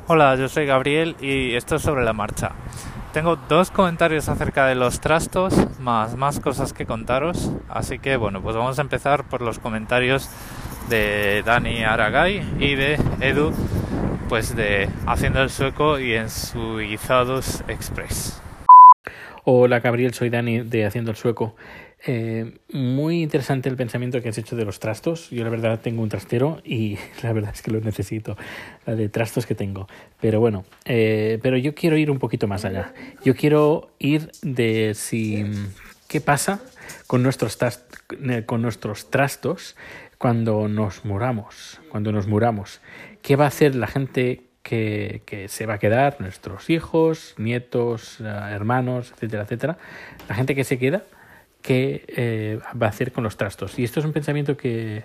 Hola, yo soy Gabriel y esto es Sobre la Marcha. Tengo 2 comentarios acerca de los trastos, más cosas que contaros. Así que bueno, pues vamos a empezar por los comentarios de Dani Aragay y de Edu, pues de Haciendo el Sueco y en Suizados Express. Hola Gabriel, soy Dani de Haciendo el Sueco. Muy interesante el pensamiento que has hecho de los trastos. Yo la verdad tengo un trastero y la verdad es que lo necesito, la de trastos que tengo. Pero bueno, pero yo quiero ir un poquito más allá. Yo quiero ir de qué pasa con nuestros trastos cuando nos muramos. ¿Qué va a hacer la gente que se va a quedar? Nuestros hijos, nietos, hermanos, etcétera, etcétera. La gente que se queda, ¿qué va a hacer con los trastos? Y esto es un pensamiento que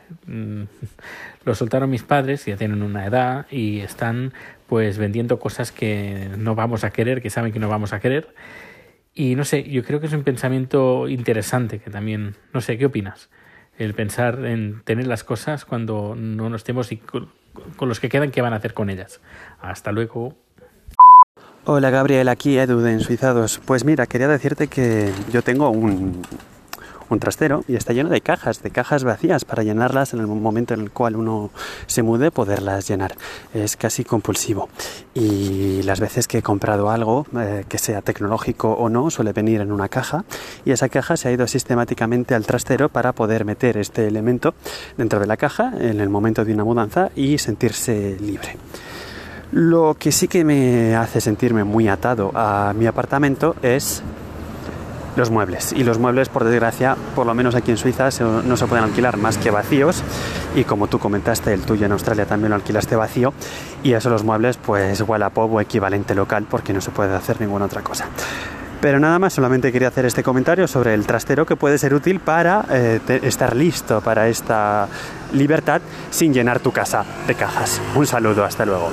lo soltaron mis padres, ya tienen una edad y están pues vendiendo cosas que no vamos a querer, que saben que no vamos a querer. Y no sé, yo creo que es un pensamiento interesante que también, no sé, ¿qué opinas? El pensar en tener las cosas cuando no nos estemos y con los que quedan, ¿qué van a hacer con ellas? Hasta luego. Hola Gabriel, aquí Edu de Ensuizados. Pues mira, quería decirte que yo tengo un trastero y está lleno de cajas vacías para llenarlas en el momento en el cual uno se mude, poderlas llenar. Es casi compulsivo. Y las veces que he comprado algo, que sea tecnológico o no, suele venir en una caja y esa caja se ha ido sistemáticamente al trastero para poder meter este elemento dentro de la caja en el momento de una mudanza y sentirse libre. Lo que sí que me hace sentirme muy atado a mi apartamento es los muebles. Y los muebles, por desgracia, por lo menos aquí en Suiza, no se pueden alquilar más que vacíos. Y como tú comentaste, el tuyo en Australia también lo alquilaste vacío. Y eso los muebles, pues Wallapop o equivalente local, porque no se puede hacer ninguna otra cosa. Pero nada más, solamente quería hacer este comentario sobre el trastero que puede ser útil para estar listo para esta libertad sin llenar tu casa de cajas. Un saludo, hasta luego.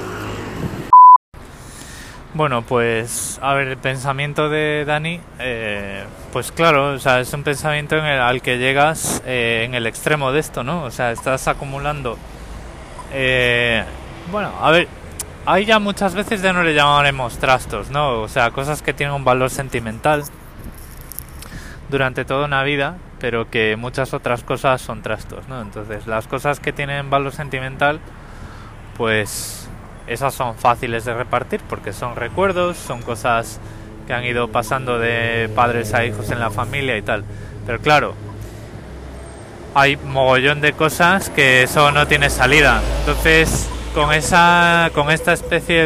Bueno, pues a ver, el pensamiento de Dani, pues claro, o sea, es un pensamiento al que llegas en el extremo de esto, ¿no? O sea, estás acumulando, bueno, a ver, ahí ya muchas veces ya no le llamaremos trastos, ¿no? O sea, cosas que tienen un valor sentimental durante toda una vida, pero que muchas otras cosas son trastos, ¿no? Entonces, las cosas que tienen valor sentimental, pues esas son fáciles de repartir porque son recuerdos, son cosas que han ido pasando de padres a hijos en la familia y tal. Pero claro, hay mogollón de cosas que eso no tiene salida. Entonces, con esta especie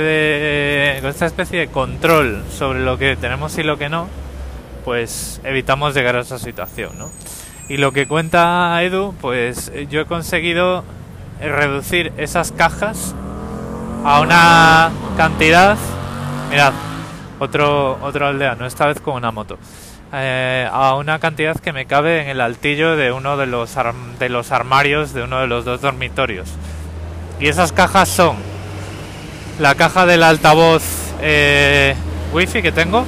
de control sobre lo que tenemos y lo que no, pues evitamos llegar a esa situación, ¿no? Y lo que cuenta Edu, pues yo he conseguido reducir esas cajas a una cantidad, mirad, otro aldeano, esta vez con una moto, a una cantidad que me cabe en el altillo de uno de los armarios de uno de los 2 dormitorios. Y esas cajas son la caja del altavoz wifi que tengo,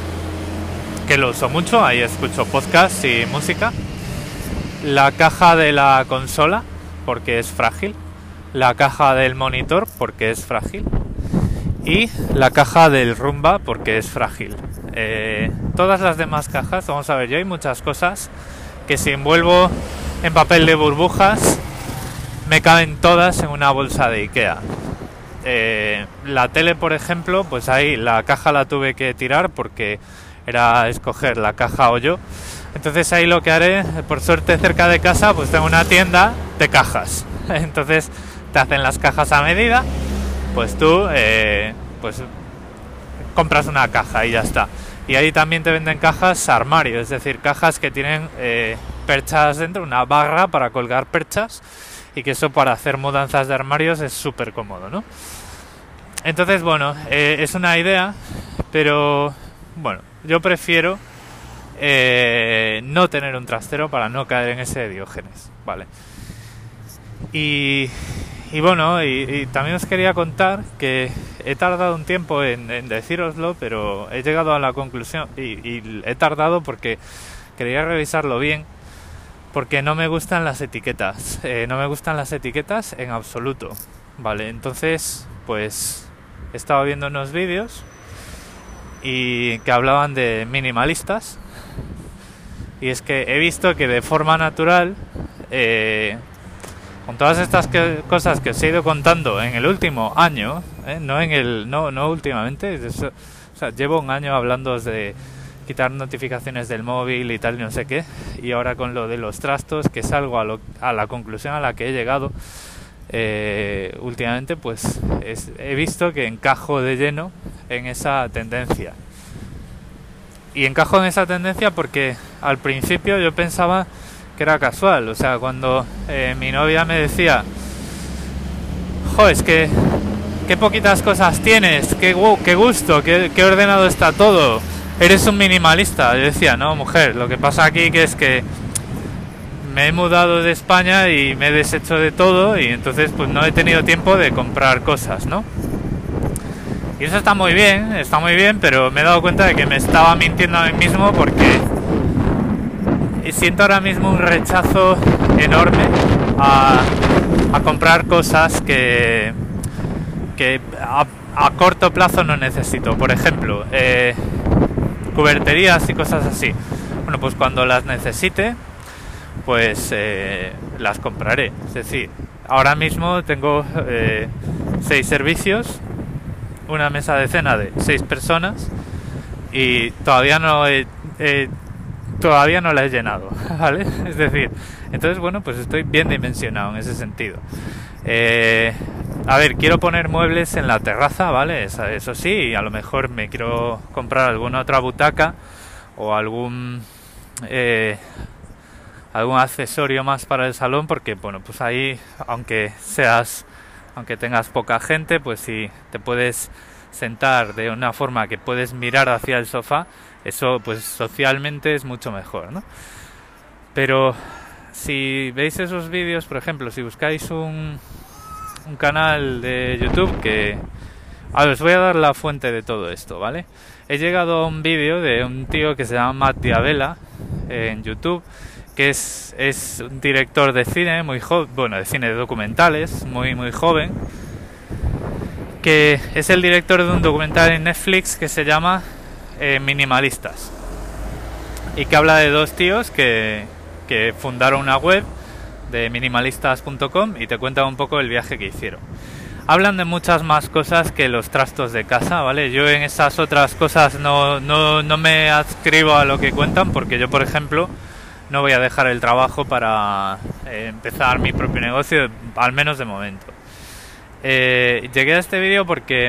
que lo uso mucho, ahí escucho podcast y música, la caja de la consola porque es frágil, la caja del monitor porque es frágil y la caja del Rumba porque es frágil. Todas las demás cajas, vamos a ver, yo hay muchas cosas que si envuelvo en papel de burbujas me caben todas en una bolsa de Ikea. La tele, por ejemplo, pues ahí la caja la tuve que tirar porque era escoger la caja o yo. Entonces ahí lo que haré, por suerte cerca de casa pues tengo una tienda de cajas. Entonces te hacen las cajas a medida, pues tú pues compras una caja y ya está. Y ahí también te venden cajas armario, es decir, cajas que tienen perchas dentro, una barra para colgar perchas, y que eso para hacer mudanzas de armarios es súper cómodo, ¿no? Entonces, bueno, es una idea, pero bueno, yo prefiero no tener un trastero para no caer en ese Diógenes, ¿vale? Y bueno, y también os quería contar que he tardado un tiempo en decíroslo, pero he llegado a la conclusión, y he tardado porque quería revisarlo bien, porque no me gustan las etiquetas, no me gustan las etiquetas en absoluto, ¿vale? Entonces, pues estaba viendo unos vídeos y que hablaban de minimalistas, y es que he visto que de forma natural, con todas estas cosas que os he ido contando en el último año, no últimamente, o sea, llevo un año hablando de quitar notificaciones del móvil y tal, y no sé qué, y ahora con lo de los trastos, que es algo a la conclusión a la que he llegado últimamente, pues he visto que encajo de lleno en esa tendencia. Y encajo en esa tendencia porque al principio yo pensaba que era casual. O sea, cuando mi novia me decía, jo, es que qué poquitas cosas tienes, qué gusto, qué ordenado está todo, eres un minimalista. Yo decía, no, mujer, lo que pasa aquí que es que me he mudado de España y me he deshecho de todo, y entonces pues no he tenido tiempo de comprar cosas, ¿no? Y eso está muy bien, pero me he dado cuenta de que me estaba mintiendo a mí mismo, porque siento ahora mismo un rechazo enorme a comprar cosas que a corto plazo no necesito. Por ejemplo, cuberterías y cosas así. Bueno, pues cuando las necesite, pues las compraré. Es decir, ahora mismo tengo 6 servicios, una mesa de cena de 6 personas, y todavía no la he llenado, ¿vale? Es decir, entonces, bueno, pues estoy bien dimensionado en ese sentido. A ver, quiero poner muebles en la terraza, ¿vale? Eso sí, y a lo mejor me quiero comprar alguna otra butaca o algún accesorio más para el salón, porque, bueno, pues ahí, aunque tengas poca gente, pues si te puedes sentar de una forma que puedes mirar hacia el sofá, eso pues socialmente es mucho mejor, ¿no? Pero si veis esos vídeos, por ejemplo, si buscáis un canal de YouTube que... A ver, os voy a dar la fuente de todo esto, ¿vale? He llegado a un vídeo de un tío que se llama Matt Diavela en YouTube, que es un director de cine muy joven, bueno, de cine de documentales, muy muy joven, que es el director de un documental en Netflix que se llama Minimalistas, y que habla de 2 tíos que fundaron una web de minimalistas.com y te cuentan un poco el viaje que hicieron. Hablan de muchas más cosas que los trastos de casa, ¿vale? Yo en esas otras cosas no me adscribo a lo que cuentan, porque yo, por ejemplo, no voy a dejar el trabajo para empezar mi propio negocio, al menos de momento. Llegué a este vídeo porque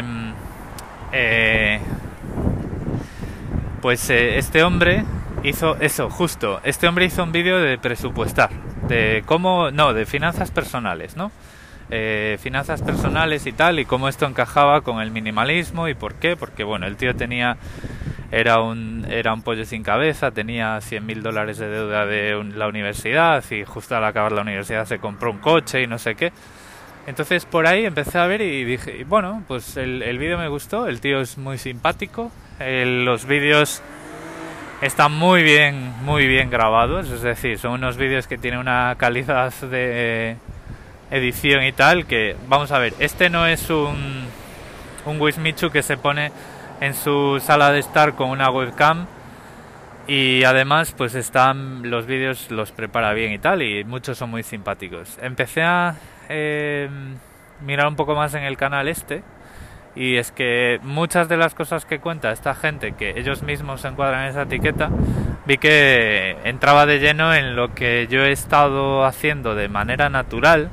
este hombre hizo eso, justo. Este hombre hizo un vídeo de presupuestar, de finanzas personales, ¿no? Finanzas personales y tal, y cómo esto encajaba con el minimalismo y por qué. Porque, bueno, el tío era un pollo sin cabeza, tenía $100.000 de deuda de la universidad, y justo al acabar la universidad se compró un coche y no sé qué. Entonces por ahí empecé a ver y dije, bueno, pues el vídeo me gustó, el tío es muy simpático, los vídeos están muy bien grabados, es decir, son unos vídeos que tienen una calidad de edición y tal, que, vamos a ver, este no es un Wismichu que se pone en su sala de estar con una webcam, y además pues los vídeos los prepara bien y tal, y muchos son muy simpáticos. Empecé a mirar un poco más en el canal y es que muchas de las cosas que cuenta esta gente, que ellos mismos se encuadran en esa etiqueta, vi que entraba de lleno en lo que yo he estado haciendo de manera natural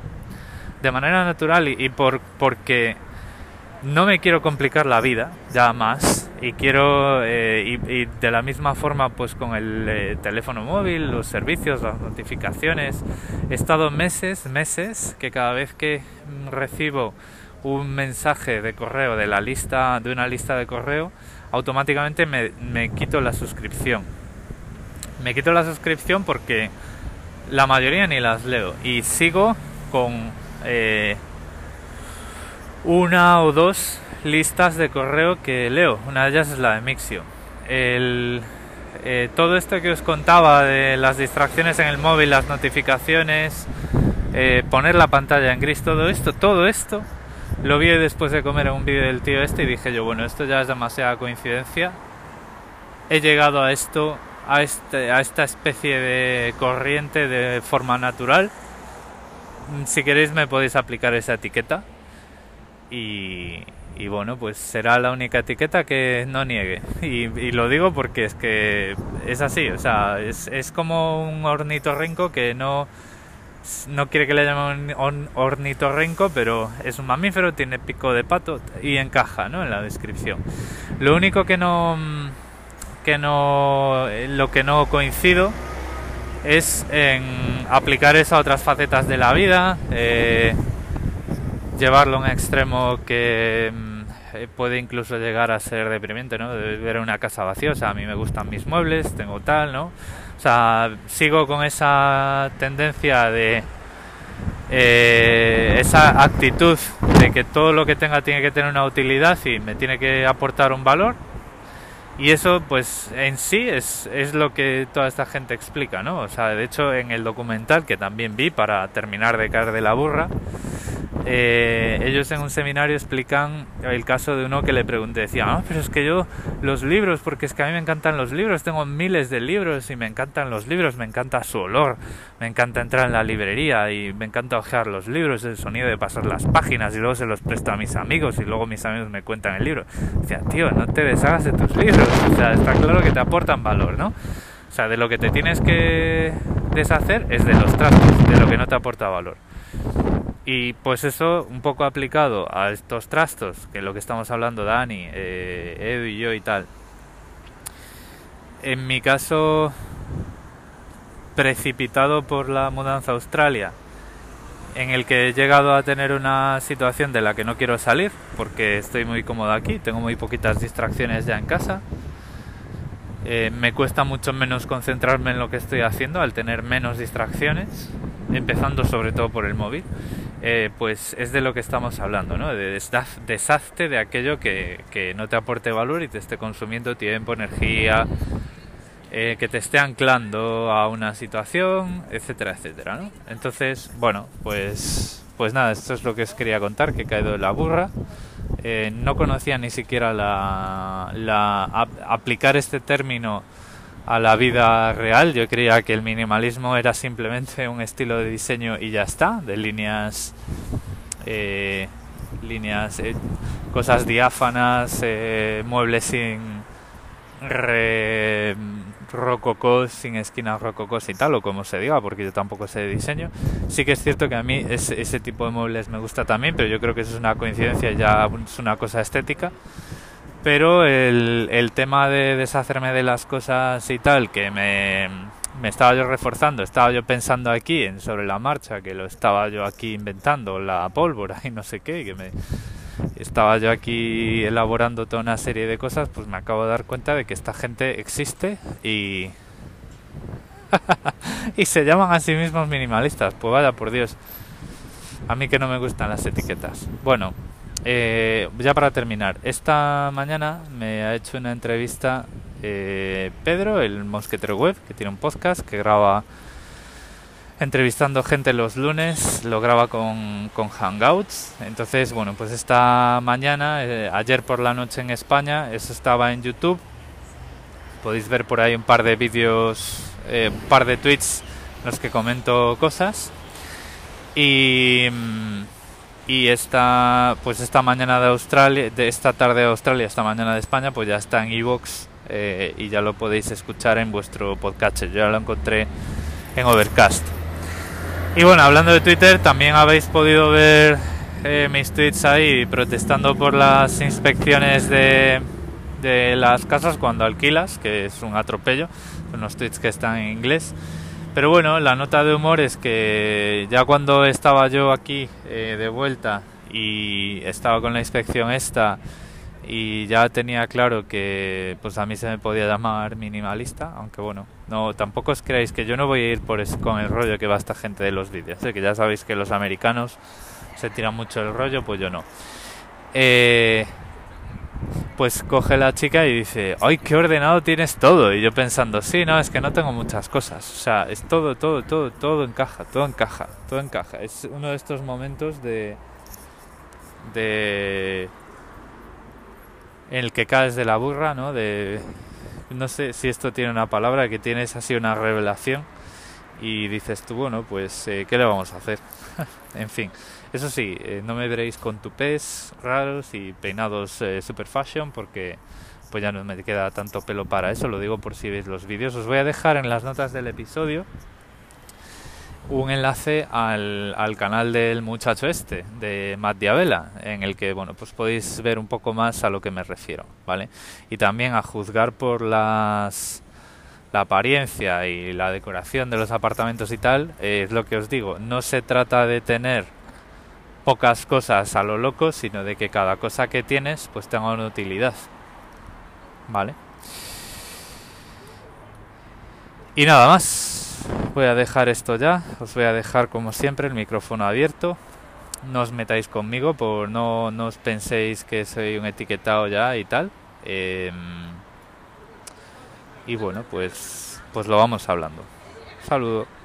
y porque no me quiero complicar la vida ya más, y quiero y de la misma forma pues con el teléfono móvil, los servicios, las notificaciones, he estado meses que cada vez que recibo un mensaje de correo de una lista de correo, automáticamente me quito la suscripción. Me quito la suscripción porque la mayoría ni las leo, y sigo con 1 o 2 listas de correo que leo. Una de ellas es la de Mixio. Todo esto que os contaba de las distracciones en el móvil, las notificaciones, poner la pantalla en gris, todo esto Lo vi después de comer en un vídeo del tío este y dije yo, bueno, esto ya es demasiada coincidencia. He llegado a esto, a esta especie de corriente de forma natural. Si queréis me podéis aplicar esa etiqueta. Y bueno, pues será la única etiqueta que no niegue. Y lo digo porque es que es así, o sea, es como un ornitorrinco que no quiere que le llamen un ornitorrinco, pero es un mamífero, tiene pico de pato y encaja, ¿no?, en la descripción. Lo único lo que no coincido es en aplicar eso a otras facetas de la vida, llevarlo a un extremo que puede incluso llegar a ser deprimente, ¿no? De ver una casa vacía. O sea, a mí me gustan mis muebles, tengo tal, ¿no? O sea, sigo con esa tendencia de esa actitud de que todo lo que tenga tiene que tener una utilidad y me tiene que aportar un valor. Y eso, pues, en sí es lo que toda esta gente explica, ¿no? O sea, de hecho, en el documental, que también vi para terminar de caer de la burra, ellos en un seminario explican el caso de uno que le pregunté, decía, pero es que yo los libros, porque es que a mí me encantan los libros, tengo miles de libros y me encantan los libros, me encanta su olor, me encanta entrar en la librería y me encanta hojear los libros, el sonido de pasar las páginas y luego se los presto a mis amigos y luego mis amigos me cuentan el libro. Decía, tío, no te deshagas de tus libros, o sea, está claro que te aportan valor, ¿no? O sea, de lo que te tienes que deshacer es de los trastos, de lo que no te aporta valor. Y pues eso un poco aplicado a estos trastos, que es lo que estamos hablando Dani, Edu y yo y tal. En mi caso, precipitado por la mudanza a Australia, en el que he llegado a tener una situación de la que no quiero salir, porque estoy muy cómodo aquí, tengo muy poquitas distracciones ya en casa. Me cuesta mucho menos concentrarme en lo que estoy haciendo al tener menos distracciones, empezando sobre todo por el móvil. Pues es de lo que estamos hablando, ¿no? De deshazte de aquello que no te aporte valor y te esté consumiendo tiempo, energía, que te esté anclando a una situación, etcétera, etcétera, ¿no? Entonces, bueno, pues nada, esto es lo que os quería contar, que he caído de la burra. No conocía ni siquiera aplicar este término a la vida real. Yo creía que el minimalismo era simplemente un estilo de diseño y ya está, de líneas, cosas diáfanas, muebles sin rococós, sin esquinas rococós y tal, o como se diga, porque yo tampoco sé de diseño. Sí que es cierto que a mí ese tipo de muebles me gusta también, pero yo creo que eso es una coincidencia, ya es una cosa estética. Pero el tema de deshacerme de las cosas y tal, que me estaba yo reforzando, estaba yo pensando aquí sobre la marcha, que lo estaba yo aquí inventando, la pólvora y no sé qué, que estaba yo aquí elaborando toda una serie de cosas, pues me acabo de dar cuenta de que esta gente existe y y se llaman a sí mismos minimalistas. Pues vaya por Dios, a mí que no me gustan las etiquetas. Bueno, ya para terminar, esta mañana me ha hecho una entrevista Pedro, el mosquetero web, que tiene un podcast que graba entrevistando gente los lunes, lo graba con Hangouts. Entonces, bueno, pues esta mañana, ayer por la noche en España, eso estaba en YouTube. Podéis ver por ahí un par de vídeos, un par de tweets en los que comento cosas. Y esta mañana de Australia, de esta tarde de Australia, esta mañana de España, pues ya está en iVoox y ya lo podéis escuchar en vuestro podcast. Yo ya lo encontré en Overcast. Y bueno, hablando de Twitter, también habéis podido ver mis tweets ahí protestando por las inspecciones de las casas cuando alquilas, que es un atropello. Son unos tweets que están en inglés. Pero bueno, la nota de humor es que ya cuando estaba yo aquí de vuelta y estaba con la inspección esta y ya tenía claro que pues a mí se me podía llamar minimalista, aunque bueno, no, tampoco os creáis que yo no voy a ir con el rollo que va esta gente de los vídeos, que ya sabéis que los americanos se tiran mucho el rollo, pues yo no. Pues coge la chica y dice, ¡ay, qué ordenado tienes todo! Y yo pensando, sí, no, es que no tengo muchas cosas. O sea, es todo encaja. Es uno de estos momentos de en el que caes de la burra, ¿no? No sé si esto tiene una palabra, que tienes así una revelación y dices tú, bueno, pues ¿qué le vamos a hacer? En fin, eso sí, no me veréis con tupés raros y peinados super fashion, porque pues ya no me queda tanto pelo para eso. Lo digo por si veis los vídeos. Os voy a dejar en las notas del episodio un enlace al canal del muchacho este, de Matt Diabela, en el que, bueno, pues podéis ver un poco más a lo que me refiero, ¿vale? Y también, a juzgar por la apariencia y la decoración de los apartamentos y tal, es lo que os digo, no se trata de tener pocas cosas a lo loco, sino de que cada cosa que tienes pues tenga una utilidad, ¿vale? Y nada más. Voy a dejar esto ya. Os voy a dejar, como siempre, el micrófono abierto. No os metáis conmigo, no os penséis que soy un etiquetado ya y tal. Y bueno, pues lo vamos hablando. Saludo.